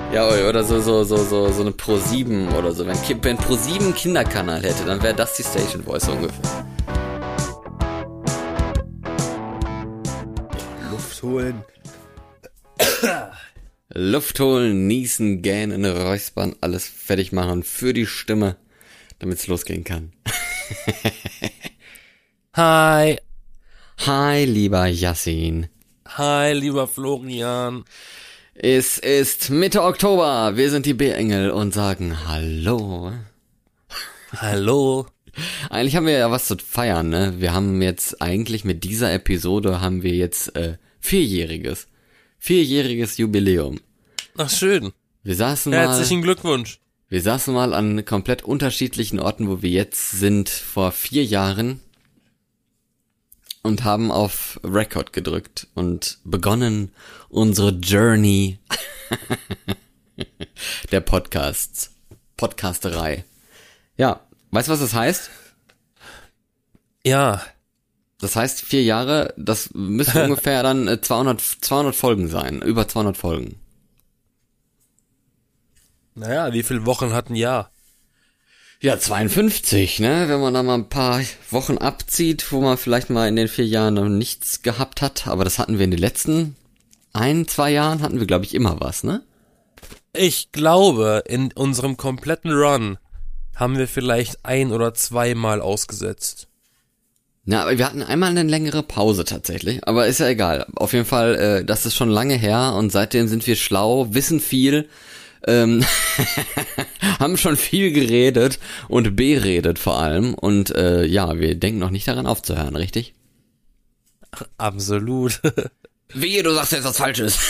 Ja, oder so eine Pro7 oder so. Wenn Pro7 einen Kinderkanal hätte, dann wäre das die Station Voice ungefähr. Luft holen. Luft holen, niesen, gähnen, räuspern, alles fertig machen für die Stimme, damit es losgehen kann. Hi. Hi, lieber Yassin. Hi, lieber Florian. Es ist Mitte Oktober, wir sind die B-Engel und sagen Hallo. Hallo. Eigentlich haben wir ja was zu feiern, ne? Wir haben jetzt eigentlich mit dieser Episode haben wir jetzt vierjähriges Jubiläum. Ach, schön. Herzlichen Glückwunsch. Wir saßen mal an komplett unterschiedlichen Orten, wo wir jetzt sind, vor 4 Jahren und haben auf Record gedrückt und begonnen unsere Journey der Podcasterei. Ja, weißt du, was das heißt? Ja. Das heißt 4 Jahre, das müsste ungefähr dann 200 Folgen sein, über 200 Folgen. Naja, wie viele Wochen hat ein Jahr? Ja, 52, ne? Wenn man da mal ein paar Wochen abzieht, wo man vielleicht mal in den 4 Jahren noch nichts gehabt hat. Aber das hatten wir in den letzten 1-2 Jahren, hatten wir, glaube ich, immer was, ne? Ich glaube, in unserem kompletten Run haben wir vielleicht 1 oder 2 Mal ausgesetzt. Ja, aber wir hatten einmal eine längere Pause tatsächlich. Aber ist ja egal. Auf jeden Fall, das ist schon lange her und seitdem sind wir schlau, wissen viel, haben schon viel geredet und beredet vor allem und ja, wir denken noch nicht daran aufzuhören, richtig? Absolut. Wehe, du sagst jetzt was Falsches.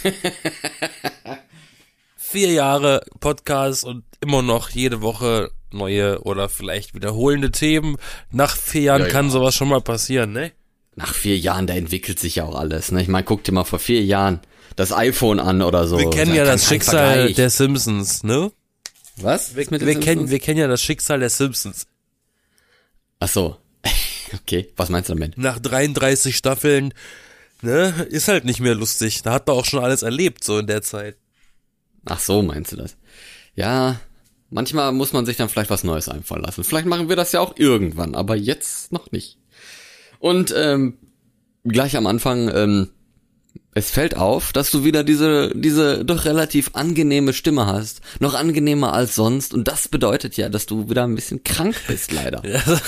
4 Jahre Podcast und immer noch jede Woche neue oder vielleicht wiederholende Themen. Nach 4 Jahren kann sowas schon mal passieren, ne? Nach 4 Jahren, da entwickelt sich ja auch alles, ne? Ich meine, guck dir mal vor 4 Jahren das iPhone an oder so. Wir kennen ja das Schicksal der Simpsons, ne? Was? Wir kennen ja das Schicksal der Simpsons. Ach so. Okay, was meinst du damit? Nach 33 Staffeln, ne, ist halt nicht mehr lustig. Da hat man auch schon alles erlebt, so in der Zeit. Ach so, meinst du das? Ja, manchmal muss man sich dann vielleicht was Neues einfallen lassen. Vielleicht machen wir das ja auch irgendwann, aber jetzt noch nicht. Und gleich am Anfang, es fällt auf, dass du wieder diese doch relativ angenehme Stimme hast. Noch angenehmer als sonst. Und das bedeutet ja, dass du wieder ein bisschen krank bist, leider.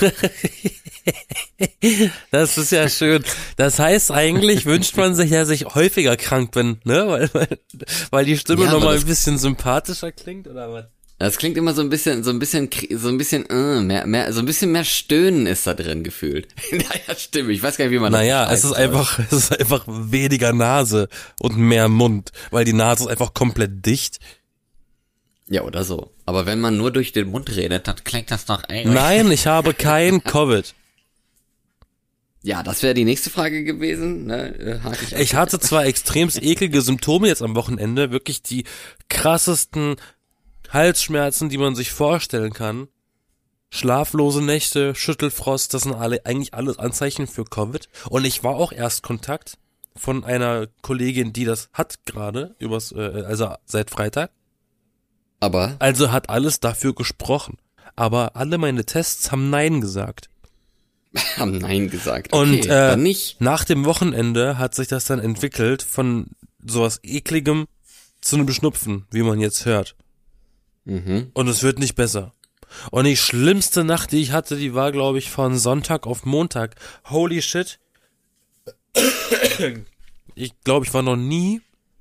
Das ist ja schön. Das heißt, eigentlich wünscht man sich ja, dass ich häufiger krank bin, ne? Weil die Stimme nochmal ein bisschen sympathischer klingt, oder was? Das klingt immer so ein bisschen mehr Stöhnen ist da drin gefühlt. Naja, Stimme, ich weiß gar nicht, wie man das es ist einfach weniger Nase und mehr Mund, weil die Nase ist einfach komplett dicht. Ja, oder so. Aber wenn man nur durch den Mund redet, dann klingt das doch eigentlich. Nein, ich habe kein Covid. Ja, das wäre die nächste Frage gewesen. Ne? Ich hatte zwar extremst eklige Symptome jetzt am Wochenende, wirklich die krassesten Halsschmerzen, die man sich vorstellen kann. Schlaflose Nächte, Schüttelfrost, das sind eigentlich alles Anzeichen für Covid. Und ich war auch erst Kontakt von einer Kollegin, die das hat gerade, also seit Freitag. Aber? Also hat alles dafür gesprochen. Aber alle meine Tests haben Nein gesagt. Haben Nein gesagt. Okay, und dann nicht. Nach dem Wochenende hat sich das dann entwickelt von sowas Ekligem zu einem Beschnupfen, wie man jetzt hört. Mhm. Und es wird nicht besser. Und die schlimmste Nacht, die ich hatte, die war, glaube ich, von Sonntag auf Montag. Holy shit. Ich glaube, ich war noch nie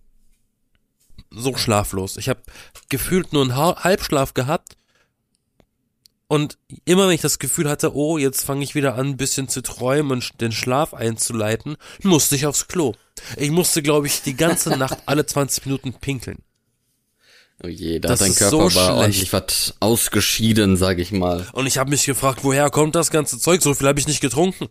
so schlaflos. Ich habe gefühlt nur einen Halbschlaf gehabt. Und immer wenn ich das Gefühl hatte, oh, jetzt fange ich wieder an, ein bisschen zu träumen und den Schlaf einzuleiten, musste ich aufs Klo. Ich musste, glaube ich, die ganze Nacht alle 20 Minuten pinkeln. Oh je, da hat dein Körper so aber ordentlich was ausgeschieden, sag ich mal. Und ich habe mich gefragt, woher kommt das ganze Zeug? So viel habe ich nicht getrunken.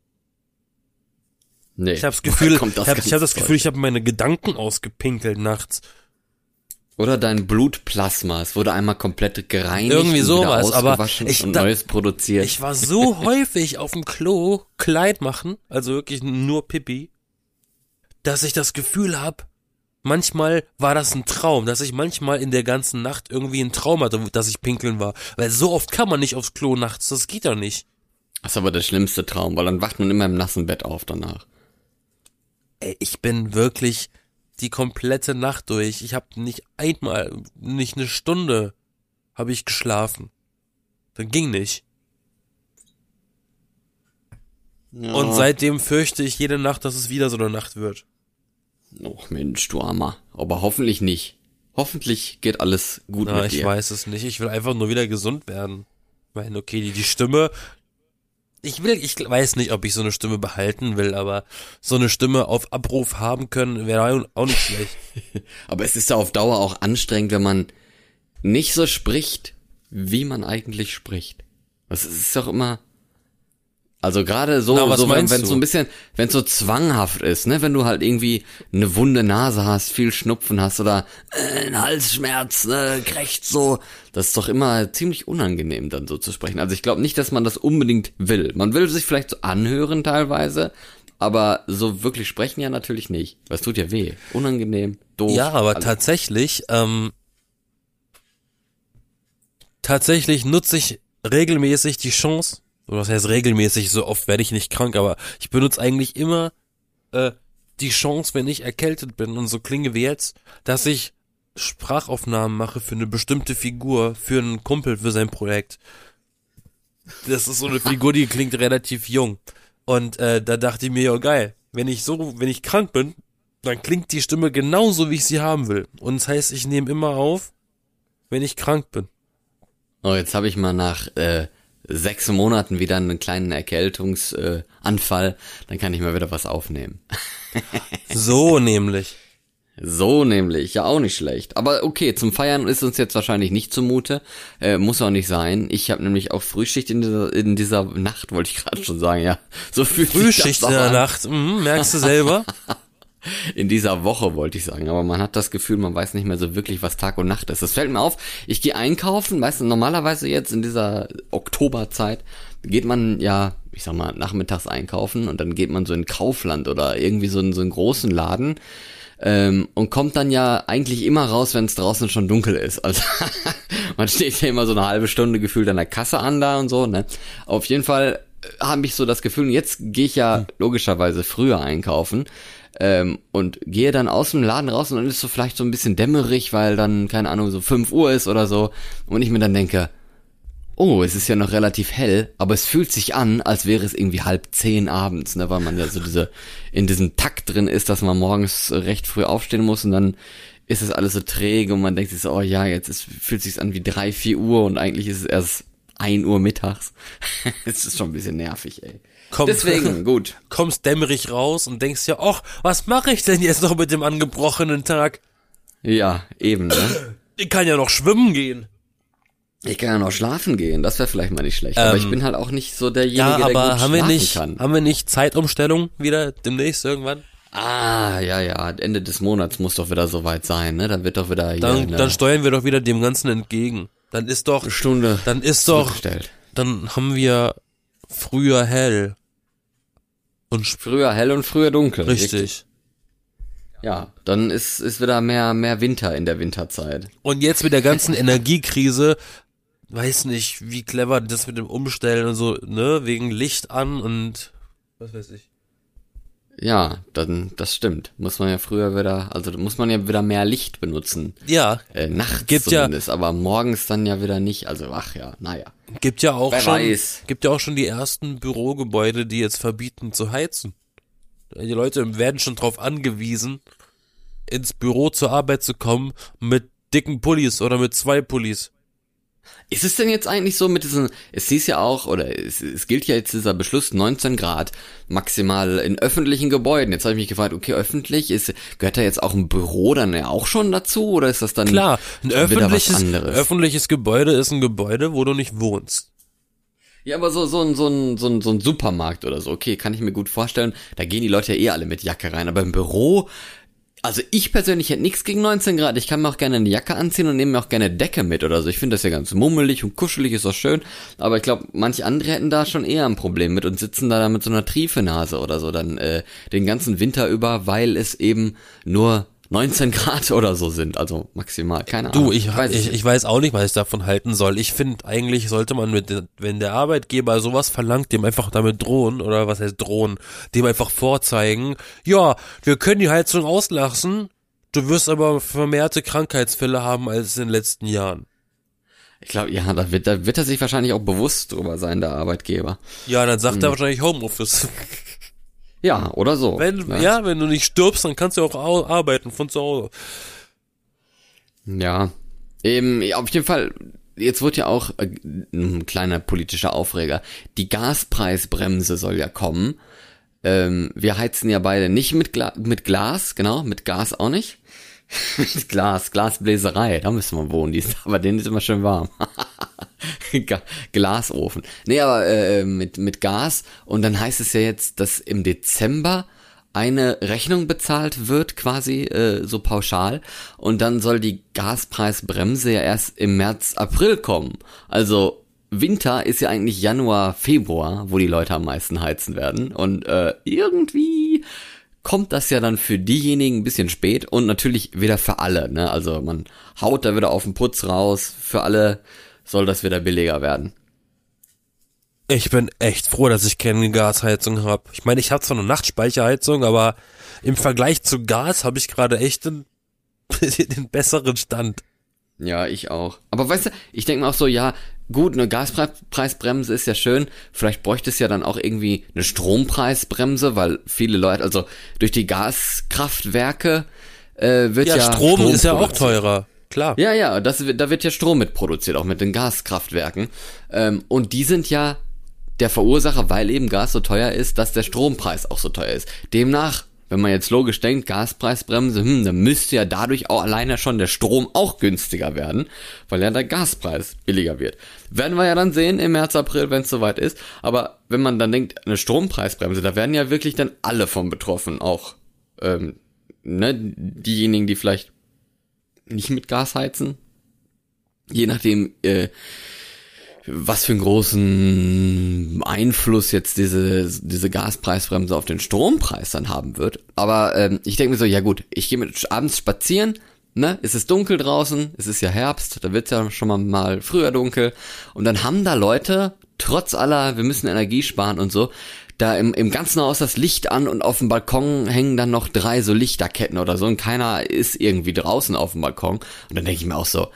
Nee. Ich habe das Gefühl, ich habe meine Gedanken ausgepinkelt nachts. Oder dein Blutplasma, es wurde einmal komplett gereinigt, irgendwie sowas, und wieder ausgewaschen und Neues produziert. Ich war so häufig auf dem Klo Kleid machen, also wirklich nur Pipi, dass ich das Gefühl habe, manchmal war das ein Traum, dass ich manchmal in der ganzen Nacht irgendwie ein Traum hatte, dass ich pinkeln war. Weil so oft kann man nicht aufs Klo nachts, das geht ja nicht. Das ist aber der schlimmste Traum, weil dann wacht man immer im nassen Bett auf danach. Ey, ich bin wirklich die komplette Nacht durch. Ich habe nicht eine Stunde habe ich geschlafen. Das ging nicht. Ja. Und seitdem fürchte ich jede Nacht, dass es wieder so eine Nacht wird. Och Mensch, du Armer. Aber hoffentlich nicht. Hoffentlich geht alles gut Na, mit dir. ich weiß es nicht. Ich will einfach nur wieder gesund werden. Ich meine, okay, die Stimme. Ich weiß nicht, ob ich so eine Stimme behalten will, aber so eine Stimme auf Abruf haben können, wäre auch nicht schlecht. Aber es ist ja auf Dauer auch anstrengend, wenn man nicht so spricht, wie man eigentlich spricht. Das ist doch immer, also gerade so, Na, was so wenn meinst es du? so ein bisschen, wenn es so zwanghaft ist, ne, wenn du halt irgendwie eine wunde Nase hast, viel Schnupfen hast oder einen Halsschmerz, ne, krächzt so, das ist doch immer ziemlich unangenehm dann so zu sprechen. Also ich glaube nicht, dass man das unbedingt will. Man will sich vielleicht so anhören teilweise, aber so wirklich sprechen ja natürlich nicht. Das tut ja weh, unangenehm, doof. Ja, aber alles. tatsächlich nutze ich regelmäßig die Chance, oder was heißt regelmäßig, so oft werde ich nicht krank, aber ich benutze eigentlich immer die Chance, wenn ich erkältet bin und so klinge wie jetzt, dass ich Sprachaufnahmen mache für eine bestimmte Figur, für einen Kumpel, für sein Projekt. Das ist so eine Figur, die klingt relativ jung. Und da dachte ich mir, ja geil, wenn ich krank bin, dann klingt die Stimme genauso, wie ich sie haben will. Und das heißt, ich nehme immer auf, wenn ich krank bin. Oh, jetzt habe ich mal nach 6 Monaten wieder einen kleinen Erkältungsanfall. Dann kann ich mal wieder was aufnehmen. So nämlich. So nämlich, ja auch nicht schlecht. Aber okay, zum Feiern ist uns jetzt wahrscheinlich nicht zumute. Muss auch nicht sein. Ich habe nämlich auch Frühschicht in dieser Nacht, wollte ich gerade schon sagen, ja. So fühlt sich Frühschicht das in der an. Nacht, merkst du selber? In dieser Woche wollte ich sagen, aber man hat das Gefühl, man weiß nicht mehr so wirklich, was Tag und Nacht ist. Das fällt mir auf. Ich gehe einkaufen, weißt du, normalerweise jetzt in dieser Oktoberzeit geht man ja, ich sag mal, nachmittags einkaufen und dann geht man so in Kaufland oder irgendwie so in so einen großen Laden und kommt dann ja eigentlich immer raus, wenn es draußen schon dunkel ist. Also man steht ja immer so eine halbe Stunde gefühlt an der Kasse an da und so, ne? Auf jeden Fall habe ich so das Gefühl, und jetzt gehe ich ja logischerweise früher einkaufen, und gehe dann aus dem Laden raus und dann ist so vielleicht so ein bisschen dämmerig, weil dann, keine Ahnung, so 5 Uhr ist oder so und ich mir dann denke, oh, es ist ja noch relativ hell, aber es fühlt sich an, als wäre es irgendwie 9:30 abends, ne, weil man ja so in diesem Takt drin ist, dass man morgens recht früh aufstehen muss und dann ist es alles so träge und man denkt sich so, oh ja, fühlt sich's an wie 3, 4 Uhr und eigentlich ist es erst 1 Uhr mittags. Es ist schon ein bisschen nervig, ey. Deswegen, gut. Kommst dämmerig raus und denkst ja, ach, was mache ich denn jetzt noch mit dem angebrochenen Tag? Ja, eben, ne? Ich kann ja noch schwimmen gehen. Ich kann ja noch schlafen gehen, das wäre vielleicht mal nicht schlecht. Aber ich bin halt auch nicht so derjenige, Ja, der aber gut haben wir schlafen kann. haben wir nicht Zeitumstellung wieder demnächst irgendwann? Ah, ja, Ende des Monats muss doch wieder soweit sein, ne? Dann wird doch wieder hier Dann steuern wir doch wieder dem Ganzen entgegen. Dann ist doch, eine Stunde zurückgestellt. dann haben wir früher hell. Und Früher hell und früher dunkel. richtig. Ja, dann ist wieder mehr Winter in der Winterzeit. Und jetzt mit der ganzen Energiekrise, weiß nicht, wie clever das mit dem Umstellen und so, ne, wegen Licht an und was weiß ich. Ja, das stimmt. Muss man ja wieder mehr Licht benutzen. Ja, Nachts Gibt zumindest, aber morgens dann ja wieder nicht. Also, ach ja, naja. gibt ja auch Wer weiß. schon die ersten Bürogebäude, die jetzt verbieten zu heizen. Die Leute werden schon drauf angewiesen, ins Büro zur Arbeit zu kommen mit dicken Pullis oder mit 2 Pullis. Ist es denn jetzt eigentlich so mit diesen, es hieß ja auch, oder es gilt ja jetzt dieser Beschluss 19 Grad maximal in öffentlichen Gebäuden. Jetzt habe ich mich gefragt, okay, gehört da jetzt auch ein Büro dann ja auch schon dazu, oder ist das dann Klar, ein wieder was anderes? öffentliches Gebäude ist ein Gebäude, wo du nicht wohnst. Ja, aber so ein Supermarkt oder so, okay, kann ich mir gut vorstellen, da gehen die Leute ja eh alle mit Jacke rein, aber im Büro, also ich persönlich hätte nichts gegen 19 Grad, ich kann mir auch gerne eine Jacke anziehen und nehme mir auch gerne Decke mit oder so, ich finde das ja ganz mummelig und kuschelig, ist auch schön, aber ich glaube, manche andere hätten da schon eher ein Problem mit und sitzen da mit so einer Triefenase oder so dann den ganzen Winter über, weil es eben nur 19 Grad oder so sind, also maximal, keine Du, Ahnung. ich weiß auch nicht, was ich davon halten soll. Ich finde, eigentlich sollte man wenn der Arbeitgeber sowas verlangt, dem einfach damit drohen, oder was heißt drohen, dem einfach vorzeigen, ja, wir können die Heizung auslassen, du wirst aber vermehrte Krankheitsfälle haben als in den letzten Jahren. Ich glaube, ja, da wird er sich wahrscheinlich auch bewusst drüber sein, der Arbeitgeber. Ja, dann sagt er wahrscheinlich Homeoffice. Ja, oder so. Ne? Ja, wenn du nicht stirbst, dann kannst du auch arbeiten von zu Hause. Ja, auf jeden Fall, jetzt wird ja auch ein kleiner politischer Aufreger. Die Gaspreisbremse soll ja kommen. Wir heizen ja beide nicht mit Glas, genau, mit Gas auch nicht. Mit Glasbläserei, da müssen wir wohnen, aber denen ist immer schön warm. Glasofen. Nee, aber mit Gas, und dann heißt es ja jetzt, dass im Dezember eine Rechnung bezahlt wird, quasi so pauschal, und dann soll die Gaspreisbremse ja erst im März, April kommen. Also Winter ist ja eigentlich Januar, Februar, wo die Leute am meisten heizen werden, und irgendwie kommt das ja dann für diejenigen ein bisschen spät und natürlich wieder für alle, ne? Also man haut da wieder auf den Putz raus, für alle soll das wieder billiger werden. Ich bin echt froh, dass ich keine Gasheizung habe. Ich meine, ich habe zwar eine Nachtspeicherheizung, aber im Vergleich zu Gas habe ich gerade echt den besseren Stand. Ja, ich auch. Aber weißt du, ich denke mir auch so, ja, gut, eine Gaspreisbremse ist ja schön, vielleicht bräuchte es ja dann auch irgendwie eine Strompreisbremse, weil viele Leute, also durch die Gaskraftwerke wird ja Strom ist ja auch teurer, klar. Ja, da wird ja Strom mitproduziert, auch mit den Gaskraftwerken. Und die sind ja der Verursacher, weil eben Gas so teuer ist, dass der Strompreis auch so teuer ist. Demnach, wenn man jetzt logisch denkt, Gaspreisbremse, dann müsste ja dadurch auch alleine schon der Strom auch günstiger werden, weil ja der Gaspreis billiger wird. Werden wir ja dann sehen im März, April, wenn es soweit ist. Aber wenn man dann denkt, eine Strompreisbremse, da werden ja wirklich dann alle von betroffen, auch diejenigen, die vielleicht nicht mit Gas heizen, je nachdem, was für einen großen Einfluss jetzt diese Gaspreisbremse auf den Strompreis dann haben wird. Aber ich denke mir so, ja gut, ich gehe abends spazieren, ne? Es ist dunkel draußen, es ist ja Herbst, da wird's ja schon mal früher dunkel. Und dann haben da Leute, trotz aller, wir müssen Energie sparen und so, da im ganzen Haus das Licht an, und auf dem Balkon hängen dann noch 3 so Lichterketten oder so, und keiner ist irgendwie draußen auf dem Balkon. Und dann denke ich mir auch so,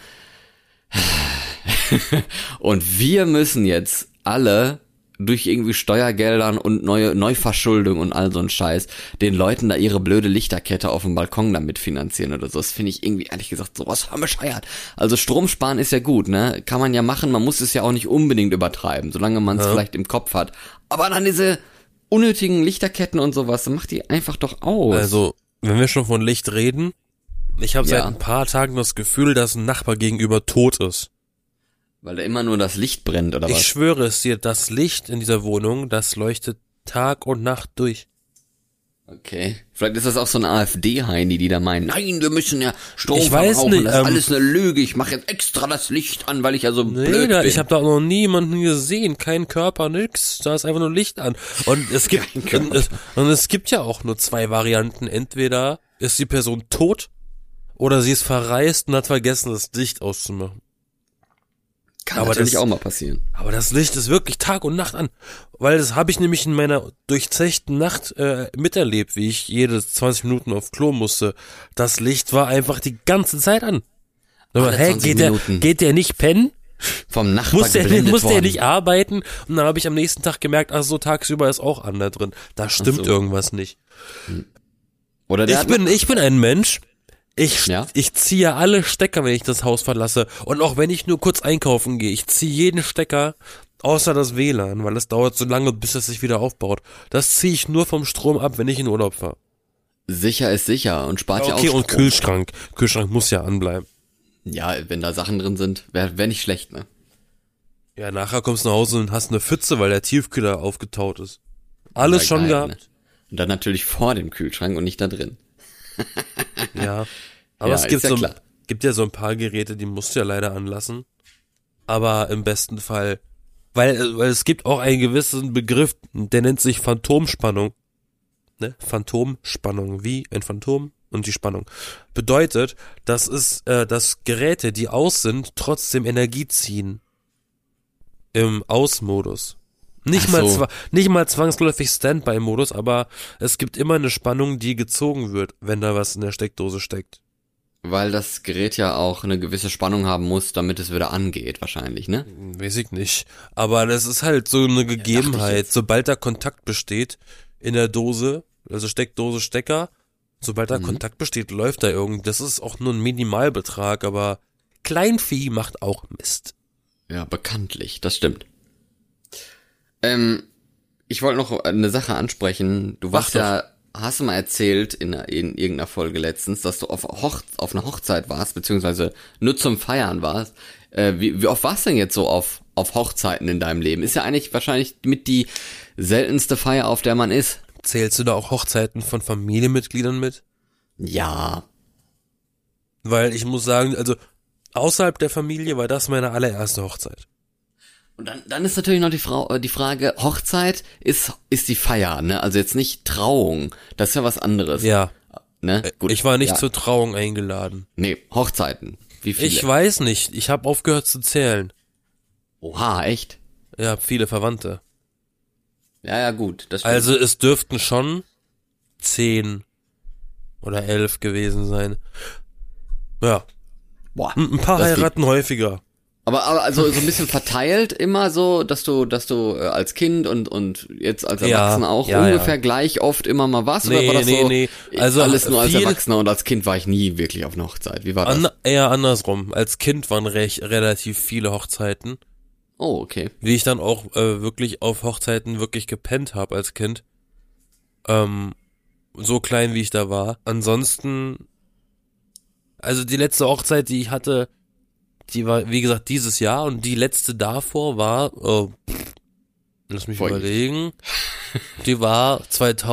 und wir müssen jetzt alle durch irgendwie Steuergeldern und Neuverschuldung und all so ein Scheiß den Leuten da ihre blöde Lichterkette auf dem Balkon damit finanzieren oder so. Das finde ich irgendwie, ehrlich gesagt, sowas bescheuert. Also Strom sparen ist ja gut, ne? Kann man ja machen, man muss es ja auch nicht unbedingt übertreiben, solange man es vielleicht im Kopf hat. Aber dann diese unnötigen Lichterketten und sowas, macht die einfach doch aus. Also, wenn wir schon von Licht reden, ich habe seit ein paar Tagen das Gefühl, dass ein Nachbar gegenüber tot ist. Weil da immer nur das Licht brennt, oder was? Ich schwöre es dir, das Licht in dieser Wohnung, das leuchtet Tag und Nacht durch. Okay. Vielleicht ist das auch so ein AfD-Heini, die da meinen, nein, wir müssen ja Strom Ich weiß verbrauchen, nicht, das ist alles eine Lüge, ich mache jetzt extra das Licht an, weil ich ja so blöd bin. Ich habe da noch niemanden gesehen, kein Körper, nix, da ist einfach nur Licht an. Und es gibt es gibt ja auch nur 2 Varianten, entweder ist die Person tot oder sie ist verreist und hat vergessen, das Licht auszumachen. Kann natürlich auch mal passieren. Aber das Licht ist wirklich Tag und Nacht an. Weil das habe ich nämlich in meiner durchzechten Nacht miterlebt, wie ich jede 20 Minuten auf Klo musste. Das Licht war einfach die ganze Zeit an. Aber, geht der nicht pennen? Vom Nachbar muss der nicht arbeiten? Und dann habe ich am nächsten Tag gemerkt, ach so, tagsüber ist auch an da drin. Da stimmt irgendwas nicht. Oder ich bin ein Mensch. Ich ziehe alle Stecker, wenn ich das Haus verlasse. Und auch wenn ich nur kurz einkaufen gehe, ich ziehe jeden Stecker, außer das WLAN, weil es dauert so lange, bis es sich wieder aufbaut. Das ziehe ich nur vom Strom ab, wenn ich in Urlaub fahre. Sicher ist sicher und spart ja auch Strom. Strom. Und Kühlschrank. Kühlschrank muss ja anbleiben. Ja, wenn da Sachen drin sind, wär nicht schlecht, ne? Ja, nachher kommst du nach Hause und hast eine Pfütze, weil der Tiefkühler aufgetaut ist. Alles ja, schon geil, gehabt. Ne? Und dann natürlich vor dem Kühlschrank und nicht da drin. Ja, aber ja, es gibt ja so ein paar Geräte, die musst du ja leider anlassen. Aber im besten Fall, weil es gibt auch einen gewissen Begriff, der nennt sich Phantomspannung. Ne? Phantomspannung, wie ein Phantom und die Spannung. Bedeutet, dass Geräte, die aus sind, trotzdem Energie ziehen. Im Aus-Modus. Nicht mal zwangsläufig Standby-Modus, aber es gibt immer eine Spannung, die gezogen wird, wenn da was in der Steckdose steckt. Weil das Gerät ja auch eine gewisse Spannung haben muss, damit es wieder angeht, wahrscheinlich, ne? Weiß ich nicht. Aber das ist halt so eine Gegebenheit. Sobald da Kontakt besteht in der Dose, also Steckdose, Stecker, sobald da Kontakt besteht, läuft da irgend. Das ist auch nur ein Minimalbetrag, aber Kleinvieh macht auch Mist. Ja, bekanntlich, das stimmt. Ich wollte noch eine Sache ansprechen. Du warst hast du mal erzählt in irgendeiner Folge letztens, dass du auf einer Hochzeit warst, beziehungsweise nur zum Feiern warst. Wie oft warst du denn jetzt so auf Hochzeiten in deinem Leben? Ist ja eigentlich wahrscheinlich mit die seltenste Feier, auf der man ist. Zählst du da auch Hochzeiten von Familienmitgliedern mit? Ja. Weil ich muss sagen, also außerhalb der Familie war das meine allererste Hochzeit. Und dann ist natürlich noch die Frage, Hochzeit ist die Feier, ne? Also jetzt nicht Trauung. Das ist ja was anderes. Ja. Ne? Gut. Ich war nicht zur Trauung eingeladen. Nee, Hochzeiten. Wie viele? Ich weiß nicht. Ich habe aufgehört zu zählen. Oha, echt? Ja, viele Verwandte. Ja, gut. Das stimmt. Also es dürften schon 10 oder 11 gewesen sein. Ja. Boah, ein paar heiraten häufiger. Aber also so ein bisschen verteilt immer so, dass du als Kind und jetzt als Erwachsener auch ungefähr gleich oft immer mal warst? Oder war das so? Nee. Also alles nur als Erwachsener und als Kind war ich nie wirklich auf einer Hochzeit. Wie war das? Eher andersrum. Als Kind waren relativ viele Hochzeiten. Oh, okay. Wie ich dann auch wirklich auf Hochzeiten wirklich gepennt habe als Kind. So klein wie ich da war. Ansonsten, also die letzte Hochzeit, die ich hatte, die war, wie gesagt, dieses Jahr, und die letzte davor war, lass mich überlegen, die war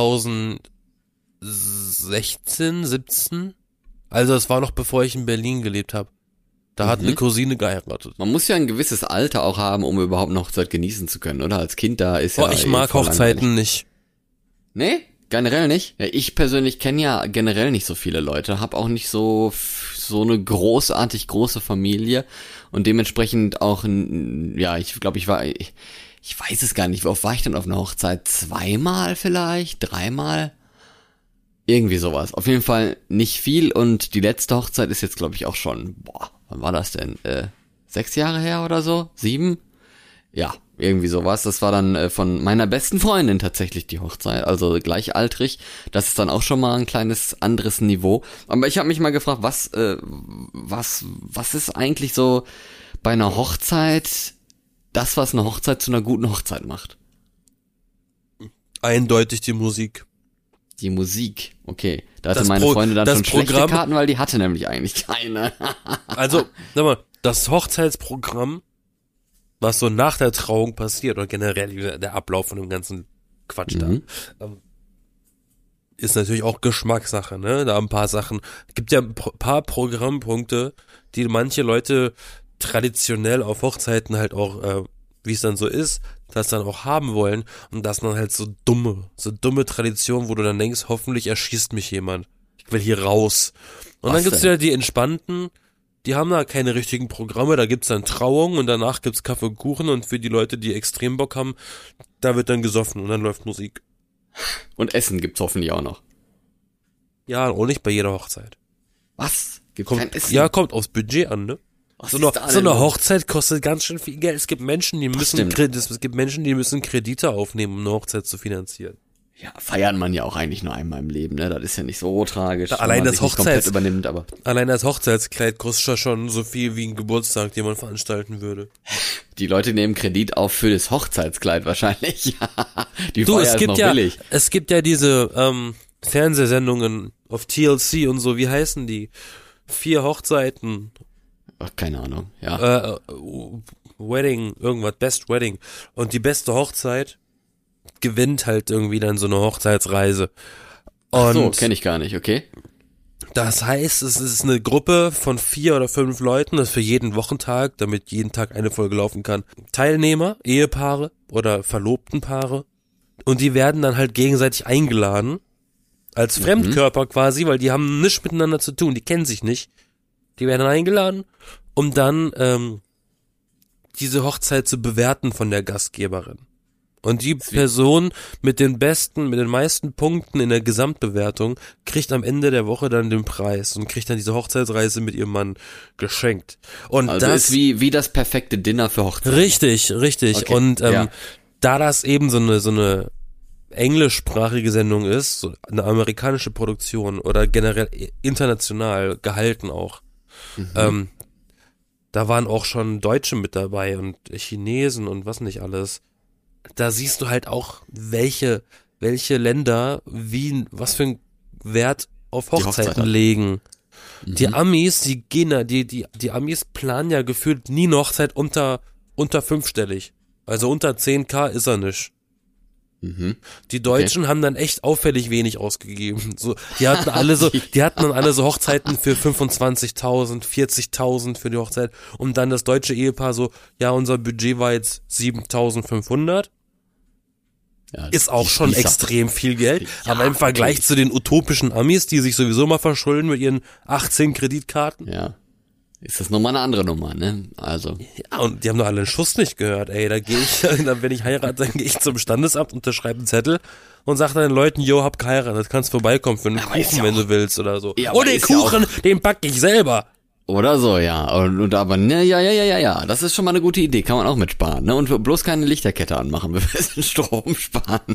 2016, 17, also es war noch bevor ich in Berlin gelebt habe. Da hat eine Cousine geheiratet. Man muss ja ein gewisses Alter auch haben, um überhaupt eine Hochzeit genießen zu können, oder? Als Kind da ist ja... Ich mag Hochzeiten nicht. Nee? Generell nicht? Ja, ich persönlich kenne ja generell nicht so viele Leute, habe auch nicht so eine großartig große Familie und dementsprechend auch, ja, ich glaube, ich weiß es gar nicht, wie oft war ich denn auf einer Hochzeit? 2-mal vielleicht? 3-mal? Irgendwie sowas. Auf jeden Fall nicht viel, und die letzte Hochzeit ist jetzt, glaube ich, auch schon, wann war das denn? 6 Jahre her oder so? 7? Ja, irgendwie sowas. Das war dann von meiner besten Freundin tatsächlich die Hochzeit, also gleichaltrig. Das ist dann auch schon mal ein kleines anderes Niveau. Aber ich habe mich mal gefragt, was ist eigentlich so bei einer Hochzeit das, was eine Hochzeit zu einer guten Hochzeit macht? Eindeutig die Musik. Die Musik, okay. Da hatte meine Freundin dann schon schlechte Karten, weil die hatte nämlich eigentlich keine. Also, sag mal, das Hochzeitsprogramm, was so nach der Trauung passiert, oder generell der Ablauf von dem ganzen Quatsch da, ist natürlich auch Geschmackssache, ne? Da ein paar Sachen, gibt ja ein paar Programmpunkte, die manche Leute traditionell auf Hochzeiten halt auch, wie es dann so ist, das dann auch haben wollen, und das dann halt so dumme Tradition, wo du dann denkst, hoffentlich erschießt mich jemand. Ich will hier raus. Und dann gibt's ja die entspannten, die haben da keine richtigen Programme, da gibt's dann Trauung und danach gibt's Kaffee und Kuchen, und für die Leute, die extrem Bock haben, da wird dann gesoffen und dann läuft Musik. Und Essen gibt's hoffentlich auch noch. Ja, auch nicht bei jeder Hochzeit. Was? Gibt's kein Essen? Ja, kommt aufs Budget an, ne? So eine Hochzeit kostet ganz schön viel Geld. Es gibt Menschen, die müssen Kredite aufnehmen, um eine Hochzeit zu finanzieren. Ja, feiern man ja auch eigentlich nur einmal im Leben, ne? Das ist ja nicht so tragisch, allein das übernimmt, aber allein das Hochzeitskleid kostet schon so viel wie ein Geburtstag, den man veranstalten würde. Die Leute nehmen Kredit auf für das Hochzeitskleid wahrscheinlich. Die Feier ist noch billig. Es gibt ja diese Fernsehsendungen auf TLC und so, wie heißen die? 4 Hochzeiten. Ach, keine Ahnung, ja. Wedding, irgendwas, Best Wedding. Und die beste Hochzeit gewinnt halt irgendwie dann so eine Hochzeitsreise. Und ach so, kenne ich gar nicht, okay. Das heißt, es ist eine Gruppe von 4 oder 5 Leuten, das ist für jeden Wochentag, damit jeden Tag eine Folge laufen kann. Teilnehmer, Ehepaare oder Verlobtenpaare. Und die werden dann halt gegenseitig eingeladen Als Fremdkörper quasi, weil die haben nichts miteinander zu tun, die kennen sich nicht. Die werden eingeladen, um dann diese Hochzeit zu bewerten von der Gastgeberin. Und die Person mit den meisten Punkten in der Gesamtbewertung kriegt am Ende der Woche dann den Preis und kriegt dann diese Hochzeitsreise mit ihrem Mann geschenkt. Und also das ist wie das perfekte Dinner für Hochzeit. Richtig. Okay, und da das eben so eine englischsprachige Sendung ist, so eine amerikanische Produktion oder generell international gehalten auch, da waren auch schon Deutsche mit dabei und Chinesen und was nicht alles. Da siehst du halt auch, welche Länder was für einen Wert auf Hochzeiten legen. Die Amis, die Amis planen ja gefühlt nie eine Hochzeit unter fünfstellig. Also unter 10.000 ist er nicht. Die Deutschen haben dann echt auffällig wenig ausgegeben. So, die hatten dann alle so Hochzeiten für 25.000, 40.000 für die Hochzeit und dann das deutsche Ehepaar so, ja, unser Budget war jetzt 7.500. Ja, ist auch schon extrem viel Geld, ja, aber im Vergleich zu den utopischen Amis, die sich sowieso mal verschulden mit ihren 18 Kreditkarten. Ja. Ist das nochmal eine andere Nummer, ne? Also. Ja, und die haben doch alle einen Schuss nicht gehört, ey. Da gehe ich, wenn ich heirate, dann gehe ich zum Standesamt, unterschreibe einen Zettel und sag dann den Leuten, yo, hab geheiratet, kannst vorbeikommen für einen Kuchen, wenn du willst oder so. Ja, oh, den Kuchen, den back ich selber. Oder so, ja. Und aber, ne, ja. Das ist schon mal eine gute Idee, kann man auch mitsparen, ne? Und bloß keine Lichterkette anmachen, wir müssen Strom sparen.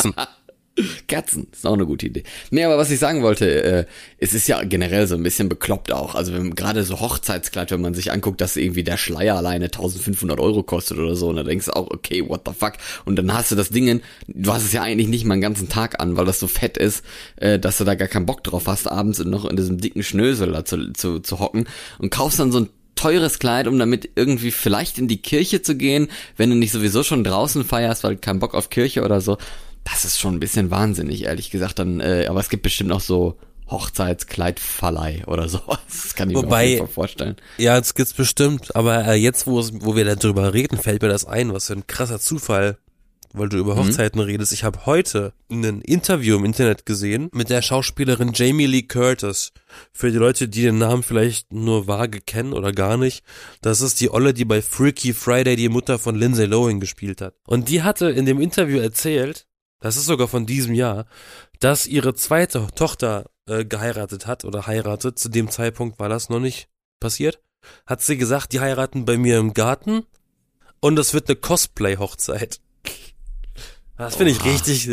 Kerzen, ist auch eine gute Idee. Nee, aber was ich sagen wollte, es ist ja generell so ein bisschen bekloppt auch. Also wenn gerade so Hochzeitskleid, wenn man sich anguckt, dass irgendwie der Schleier alleine 1.500 € kostet oder so, und dann denkst du auch, okay, what the fuck? Und dann hast du das Ding, du hast es ja eigentlich nicht mal einen ganzen Tag an, weil das so fett ist, dass du da gar keinen Bock drauf hast, abends noch in diesem dicken Schnösel da zu hocken und kaufst dann so ein teures Kleid, um damit irgendwie vielleicht in die Kirche zu gehen, wenn du nicht sowieso schon draußen feierst, weil du keinen Bock auf Kirche oder so. Das ist schon ein bisschen wahnsinnig, ehrlich gesagt. Dann, aber es gibt bestimmt noch so Hochzeitskleidverleih oder sowas. Das kann ich mir auf jeden Fall vorstellen. Ja, das gibt's bestimmt. Aber jetzt, wo wir darüber reden, fällt mir das ein, was für ein krasser Zufall, weil du über Hochzeiten redest. Ich habe heute ein Interview im Internet gesehen mit der Schauspielerin Jamie Lee Curtis. Für die Leute, die den Namen vielleicht nur vage kennen oder gar nicht. Das ist die Olle, die bei Freaky Friday die Mutter von Lindsay Lohan gespielt hat. Und die hatte in dem Interview erzählt, das ist sogar von diesem Jahr, dass ihre zweite Tochter geheiratet hat oder heiratet. Zu dem Zeitpunkt war das noch nicht passiert. Hat sie gesagt, die heiraten bei mir im Garten und das wird eine Cosplay-Hochzeit. Das finde ich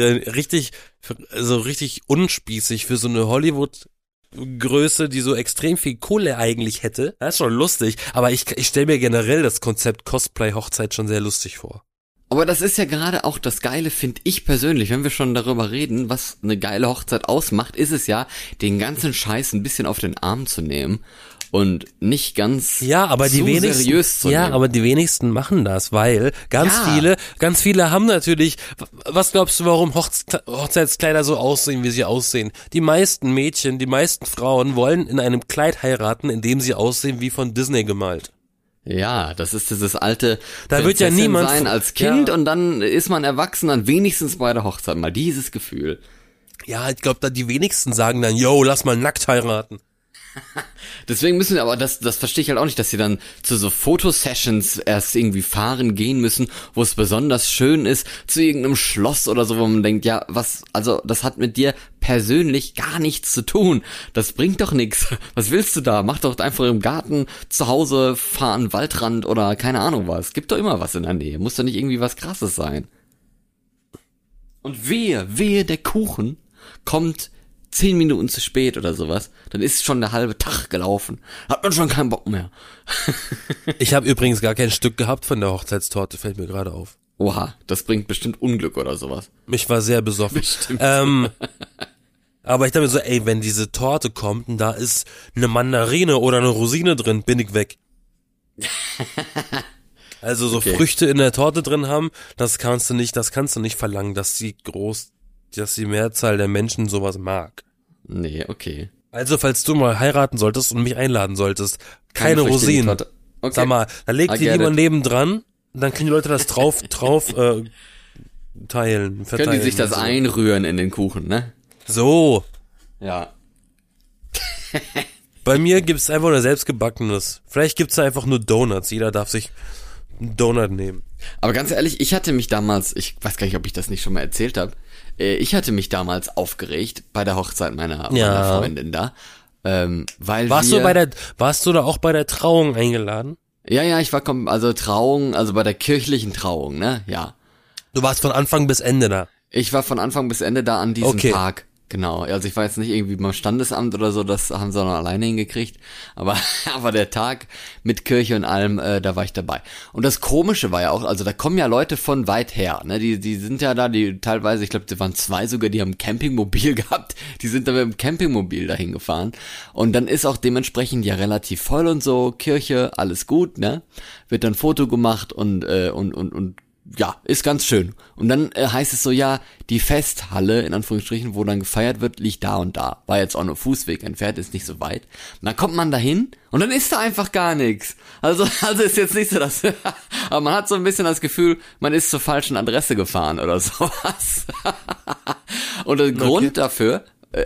richtig unspießig für so eine Hollywood-Größe, die so extrem viel Kohle eigentlich hätte. Das ist schon lustig, aber ich stelle mir generell das Konzept Cosplay-Hochzeit schon sehr lustig vor. Aber das ist ja gerade auch das Geile, finde ich persönlich, wenn wir schon darüber reden, was eine geile Hochzeit ausmacht, ist es ja, den ganzen Scheiß ein bisschen auf den Arm zu nehmen und nicht ganz seriös zu nehmen. Ja, aber die wenigsten machen das, weil ganz viele haben natürlich, was glaubst du, warum Hochzeitskleider so aussehen, wie sie aussehen? Die meisten Mädchen, die meisten Frauen wollen in einem Kleid heiraten, in dem sie aussehen wie von Disney gemalt. Ja, das ist dieses alte da wird ja niemand sein als Kind und dann ist man erwachsen, dann wenigstens bei der Hochzeit mal dieses Gefühl. Ja, ich glaube, da die wenigsten sagen dann, yo, lass mal nackt heiraten. Deswegen müssen wir, aber das verstehe ich halt auch nicht, dass sie dann zu so Fotosessions erst irgendwie fahren gehen müssen, wo es besonders schön ist, zu irgendeinem Schloss oder so, wo man denkt, ja, also das hat mit dir persönlich gar nichts zu tun. Das bringt doch nichts. Was willst du da? Mach doch einfach im Garten, zu Hause, fahr an den Waldrand oder keine Ahnung was. Gibt doch immer was in der Nähe. Muss doch nicht irgendwie was Krasses sein. Und wehe, der Kuchen kommt 10 Minuten zu spät oder sowas, dann ist schon der halbe Tag gelaufen. Hat man schon keinen Bock mehr. Ich habe übrigens gar kein Stück gehabt von der Hochzeitstorte, fällt mir gerade auf. Oha, das bringt bestimmt Unglück oder sowas. Ich war sehr besoffen. Bestimmt. Aber ich dachte mir so, ey, wenn diese Torte kommt und da ist eine Mandarine oder eine Rosine drin, bin ich weg. Also so Früchte in der Torte drin haben, das kannst du nicht verlangen, dass die Mehrzahl der Menschen sowas mag. Nee, okay. Also, falls du mal heiraten solltest und mich einladen solltest, keine Rosinen. Okay. Sag mal, da legt die jemand nebendran, dann können die Leute das drauf verteilen. Können die sich das einrühren in den Kuchen, ne? So. Ja. Bei mir gibt's einfach nur selbstgebackenes. Vielleicht gibt's da einfach nur Donuts. Jeder darf sich einen Donut nehmen. Aber ganz ehrlich, ich hatte mich damals, ich weiß gar nicht, ob ich das nicht schon mal erzählt habe, ich hatte mich damals aufgeregt bei der Hochzeit meiner Freundin da, weil warst du da auch bei der Trauung eingeladen? Ja, ich war Trauung, also bei der kirchlichen Trauung, ne, ja. Du warst von Anfang bis Ende da? Ich war von Anfang bis Ende da an diesem Tag. Genau, also ich war jetzt nicht irgendwie beim Standesamt oder so, das haben sie noch alleine hingekriegt, aber der Tag mit Kirche und allem, da war ich dabei. Und das Komische war ja auch, also da kommen ja Leute von weit her, ne, die sind ja da, die teilweise, ich glaube, die waren 2 sogar, die haben ein Campingmobil gehabt, die sind da mit dem Campingmobil dahin gefahren und dann ist auch dementsprechend ja relativ voll und so, Kirche, alles gut, ne, wird dann Foto gemacht und ja, ist ganz schön. Und dann heißt es so, ja, die Festhalle, in Anführungsstrichen, wo dann gefeiert wird, liegt da und da. War jetzt auch nur Fußweg entfernt, ist nicht so weit. Und dann kommt man da hin und dann ist da einfach gar nichts. Also ist jetzt nicht so, dass aber man hat so ein bisschen das Gefühl, man ist zur falschen Adresse gefahren oder sowas. Und der Grund dafür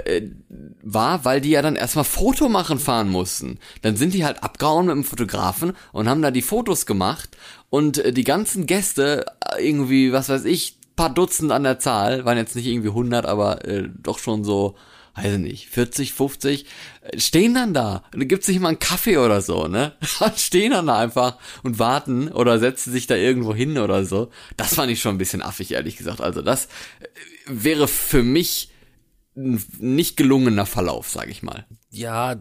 war, weil die ja dann erstmal Foto machen fahren mussten. Dann sind die halt abgehauen mit dem Fotografen und haben da die Fotos gemacht und die ganzen Gäste, irgendwie, was weiß ich, paar Dutzend an der Zahl, waren jetzt nicht irgendwie 100, aber doch schon so, weiß ich nicht, 40, 50, stehen dann da. Und da gibt's nicht mal einen Kaffee oder so, ne? Stehen dann da einfach und warten oder setzen sich da irgendwo hin oder so. Das fand ich schon ein bisschen affig, ehrlich gesagt. Also das wäre für mich nicht gelungener Verlauf, sag ich mal. Ja,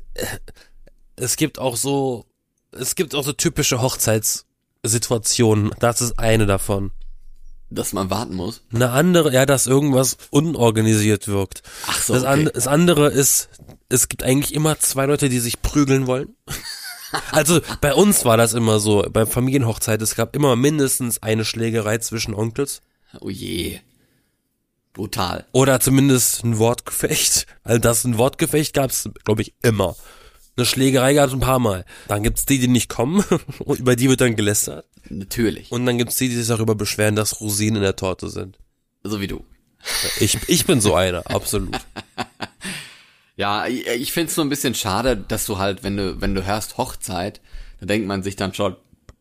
es gibt auch so typische Hochzeitssituationen. Das ist eine davon. Dass man warten muss? Eine andere, ja, dass irgendwas unorganisiert wirkt. Ach so, das andere ist, es gibt eigentlich immer 2 Leute, die sich prügeln wollen. Also bei uns war das immer so, bei Familienhochzeit, es gab immer mindestens eine Schlägerei zwischen Onkels. Oh je. Brutal. Oder zumindest ein Wortgefecht. Also ein Wortgefecht gab's, glaube ich, immer. Eine Schlägerei gab's ein paar Mal. Dann gibt's die nicht kommen und über die wird dann gelästert. Natürlich. Und dann gibt's die sich darüber beschweren, dass Rosinen in der Torte sind. So wie du. Ich bin so einer, absolut. Ja, ich find's so ein bisschen schade, dass du halt, wenn du hörst Hochzeit, da denkt man sich dann schon,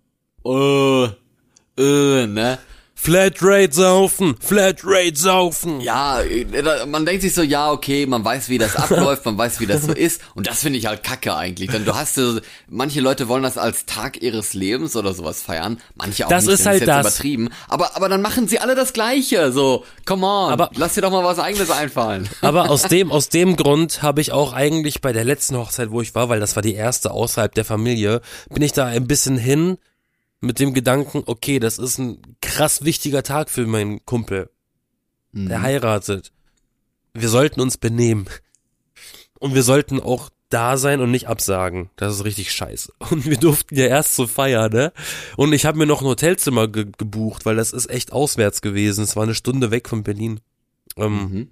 ne? Flatrate saufen. Ja, man denkt sich so, ja, okay, man weiß, wie das abläuft, man weiß, wie das so ist. Und das finde ich halt kacke eigentlich. Denn manche Leute wollen das als Tag ihres Lebens oder sowas feiern. Manche auch das nicht, ist halt jetzt das. Übertrieben. Aber dann machen sie alle das Gleiche. So, come on, lass dir doch mal was Eigenes einfallen. Aber aus dem Grund habe ich auch eigentlich bei der letzten Hochzeit, wo ich war, weil das war die erste außerhalb der Familie, bin ich da ein bisschen hin mit dem Gedanken, okay, das ist ein krass wichtiger Tag für meinen Kumpel. Der heiratet. Wir sollten uns benehmen. Und wir sollten auch da sein und nicht absagen. Das ist richtig scheiße. Und wir durften ja erst zur Feier, ne? Und ich habe mir noch ein Hotelzimmer gebucht, weil das ist echt auswärts gewesen. Es war eine Stunde weg von Berlin. Und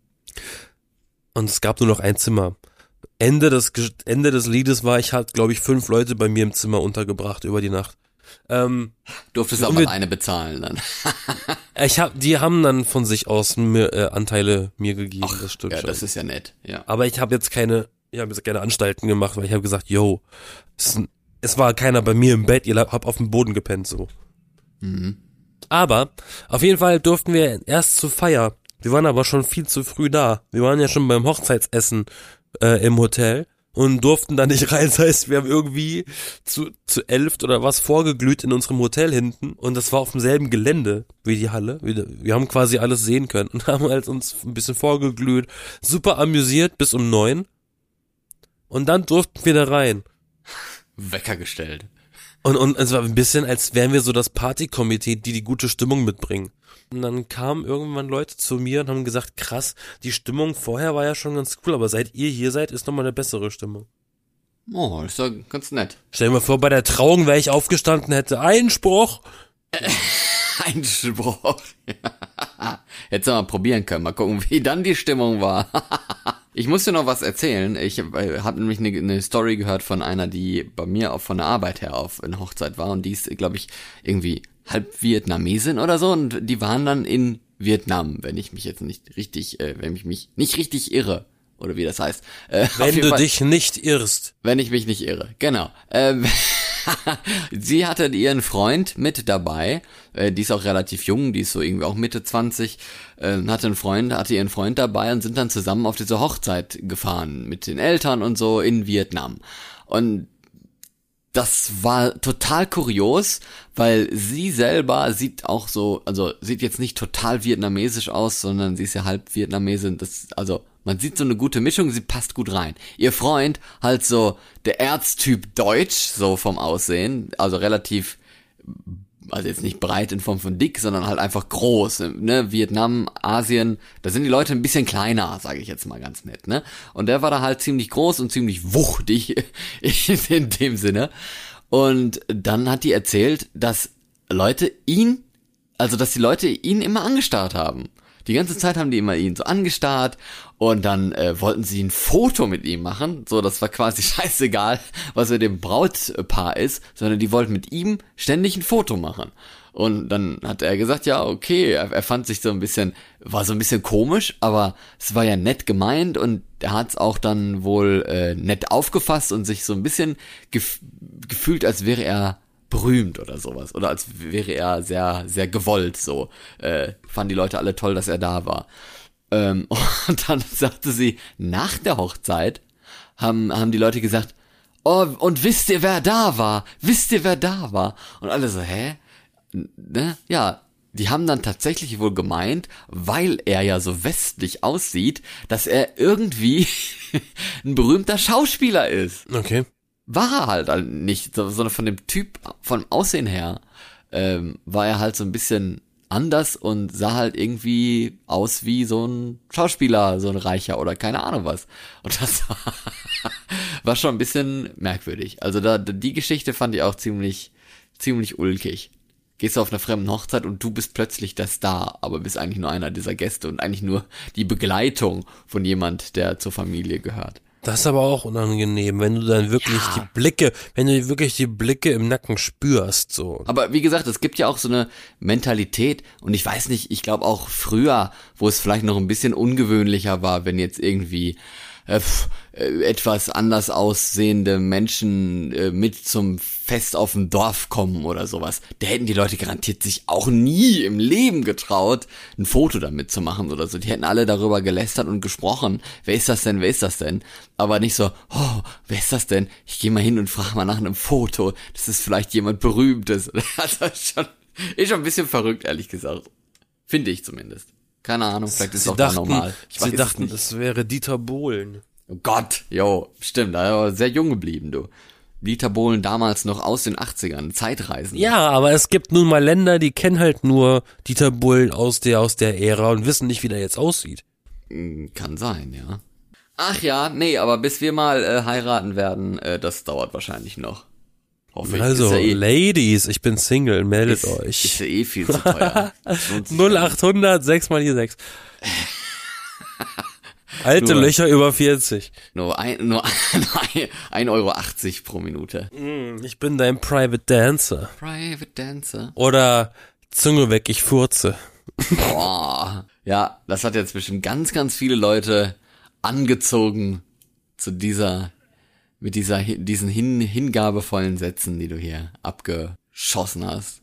es gab nur noch ein Zimmer. Ende des Liedes war, ich hatte, glaube ich, 5 Leute bei mir im Zimmer untergebracht über die Nacht. Durftest du auch mal eine bezahlen dann? Die haben dann von sich aus Anteile mir gegeben. Ach, das stimmt ja, schon. das ist ja nett, ja. Aber ich habe jetzt keine Anstalten gemacht, weil ich habe gesagt, yo, es war keiner bei mir im Bett, ihr habt auf dem Boden gepennt, so. Aber auf jeden Fall durften wir erst zur Feier. Wir waren aber schon viel zu früh da. Wir waren ja schon beim Hochzeitsessen im Hotel. Und durften da nicht rein, das heißt, wir haben irgendwie zu 11 oder was vorgeglüht in unserem Hotel hinten und das war auf demselben Gelände wie die Halle. Wir haben quasi alles sehen können und haben halt uns ein bisschen vorgeglüht, super amüsiert bis um 9 und dann durften wir da rein. Wecker gestellt. Und es war ein bisschen, als wären wir so das Partykomitee, die gute Stimmung mitbringen. Und dann kamen irgendwann Leute zu mir und haben gesagt, krass, die Stimmung vorher war ja schon ganz cool, aber seit ihr hier seid, ist nochmal eine bessere Stimmung. Oh, ist doch ganz nett. Stell dir mal vor, bei der Trauung wäre ich aufgestanden, hätte Einspruch. Einspruch. Hättest du mal probieren können, mal gucken, wie dann die Stimmung war. Ich muss dir noch was erzählen. Ich habe nämlich eine Story gehört von einer, die bei mir auch von der Arbeit her auf in Hochzeit war und die ist, glaube ich, irgendwie halb Vietnamesin oder so und die waren dann in Vietnam, wenn ich mich jetzt nicht richtig, wenn ich mich nicht richtig irre. Oder wie das heißt. Wenn du dich nicht irrst. Wenn ich mich nicht irre, genau. Sie hatte ihren Freund mit dabei, die ist auch relativ jung, die ist so irgendwie auch Mitte 20, hatte ihren Freund dabei und sind dann zusammen auf diese Hochzeit gefahren mit den Eltern und so in Vietnam. Und das war total kurios, weil sie selber sieht auch so, also sieht jetzt nicht total vietnamesisch aus, sondern sie ist ja halb Vietnamesin, man sieht so eine gute Mischung, sie passt gut rein. Ihr Freund halt so der Erztyp Deutsch, so vom Aussehen, also relativ, also jetzt nicht breit in Form von dick, sondern halt einfach groß, ne, Vietnam, Asien, da sind die Leute ein bisschen kleiner, sage ich jetzt mal ganz nett, ne, und der war da halt ziemlich groß und ziemlich wuchtig in dem Sinne, und dann hat die erzählt, dass die Leute ihn immer angestarrt haben. Die ganze Zeit haben die immer ihn so angestarrt und dann wollten sie ein Foto mit ihm machen. So, das war quasi scheißegal, was mit dem Brautpaar ist, sondern die wollten mit ihm ständig ein Foto machen. Und dann hat er gesagt, ja, okay, er fand sich war so ein bisschen komisch, aber es war ja nett gemeint und er hat es auch dann wohl nett aufgefasst und sich so ein bisschen gefühlt, als wäre er berühmt oder sowas. Oder als wäre er sehr, sehr gewollt, so. Fanden die Leute alle toll, dass er da war. Und dann sagte sie, nach der Hochzeit haben die Leute gesagt, oh, und wisst ihr, wer da war? Wisst ihr, wer da war? Und alle so, hä? Ne? Ja, die haben dann tatsächlich wohl gemeint, weil er ja so westlich aussieht, dass er irgendwie ein berühmter Schauspieler ist. Okay. War er halt nicht, sondern von dem Typ, vom Aussehen her, war er halt so ein bisschen anders und sah halt irgendwie aus wie so ein Schauspieler, so ein Reicher oder keine Ahnung was. Und das war schon ein bisschen merkwürdig. Also die Geschichte fand ich auch ziemlich ulkig. Gehst du auf einer fremden Hochzeit und du bist plötzlich der Star, aber bist eigentlich nur einer dieser Gäste und eigentlich nur die Begleitung von jemand, der zur Familie gehört. Das ist aber auch unangenehm, wenn du dann wirklich die Blicke im Nacken spürst, so. Aber wie gesagt, es gibt ja auch so eine Mentalität und ich weiß nicht, ich glaube auch früher, wo es vielleicht noch ein bisschen ungewöhnlicher war, wenn jetzt irgendwie etwas anders aussehende Menschen mit zum Fest auf dem Dorf kommen oder sowas. Da hätten die Leute garantiert sich auch nie im Leben getraut, ein Foto damit zu machen oder so. Die hätten alle darüber gelästert und gesprochen. Wer ist das denn? Aber nicht so, oh, wer ist das denn? Ich gehe mal hin und frage mal nach einem Foto. Das ist vielleicht jemand Berühmtes. Also ist schon ein bisschen verrückt, ehrlich gesagt. Finde ich zumindest. Keine Ahnung, vielleicht ist es auch da normal. Sie dachten, das wäre Dieter Bohlen. Oh Gott, jo, stimmt, da war sehr jung geblieben, du. Dieter Bohlen damals noch aus den 80ern, Zeitreisen. Ja, aber es gibt nun mal Länder, die kennen halt nur Dieter Bohlen aus der Ära und wissen nicht, wie der jetzt aussieht. Kann sein, ja. Ach ja, nee, aber bis wir mal heiraten werden, das dauert wahrscheinlich noch. Hoffe ich. Also, Ladies, ich bin Single, meldet euch. Ist ja viel zu teuer. 0800 6 mal die 6. Alte Löcher über 40. Nur 1,80 Euro pro Minute. Ich bin dein Private Dancer. Oder Zunge weg, ich furze. Boah. Ja, das hat jetzt bestimmt ganz, ganz viele Leute angezogen mit diesen hingabevollen Sätzen, die du hier abgeschossen hast.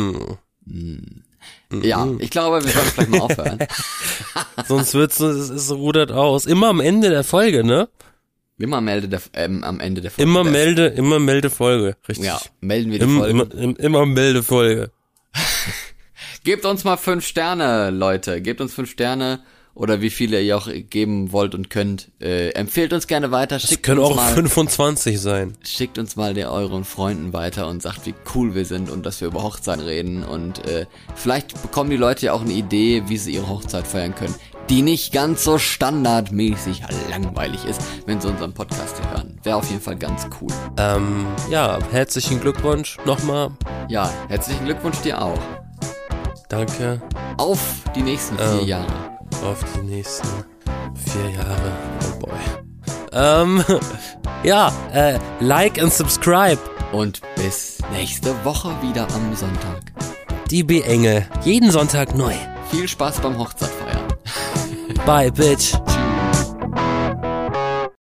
Ja, ich glaube, wir sollten vielleicht mal aufhören. Sonst es rudert aus. Immer am Ende der Folge, ne? Immer am Ende der Folge. Immer melde Folge, richtig. Ja, melden wir die Folge. Immer melde Folge. Gebt uns mal 5 Sterne, Leute. Gebt uns 5 Sterne. Oder wie viele ihr auch geben wollt und könnt. Empfehlt uns gerne weiter. Das können auch 25 sein. Schickt uns mal euren Freunden weiter und sagt, wie cool wir sind und dass wir über Hochzeiten reden. Und vielleicht bekommen die Leute ja auch eine Idee, wie sie ihre Hochzeit feiern können, die nicht ganz so standardmäßig langweilig ist, wenn sie unseren Podcast hier hören. Wäre auf jeden Fall ganz cool. Ja, herzlichen Glückwunsch nochmal. Ja, herzlichen Glückwunsch dir auch. Danke. Auf die nächsten 4 Jahre. Auf die nächsten 4 Jahre. Oh boy. Ja, like and subscribe. Und bis nächste Woche wieder am Sonntag. Die B-Engel. Jeden Sonntag neu. Viel Spaß beim Hochzeitfeiern. Bye, Bitch.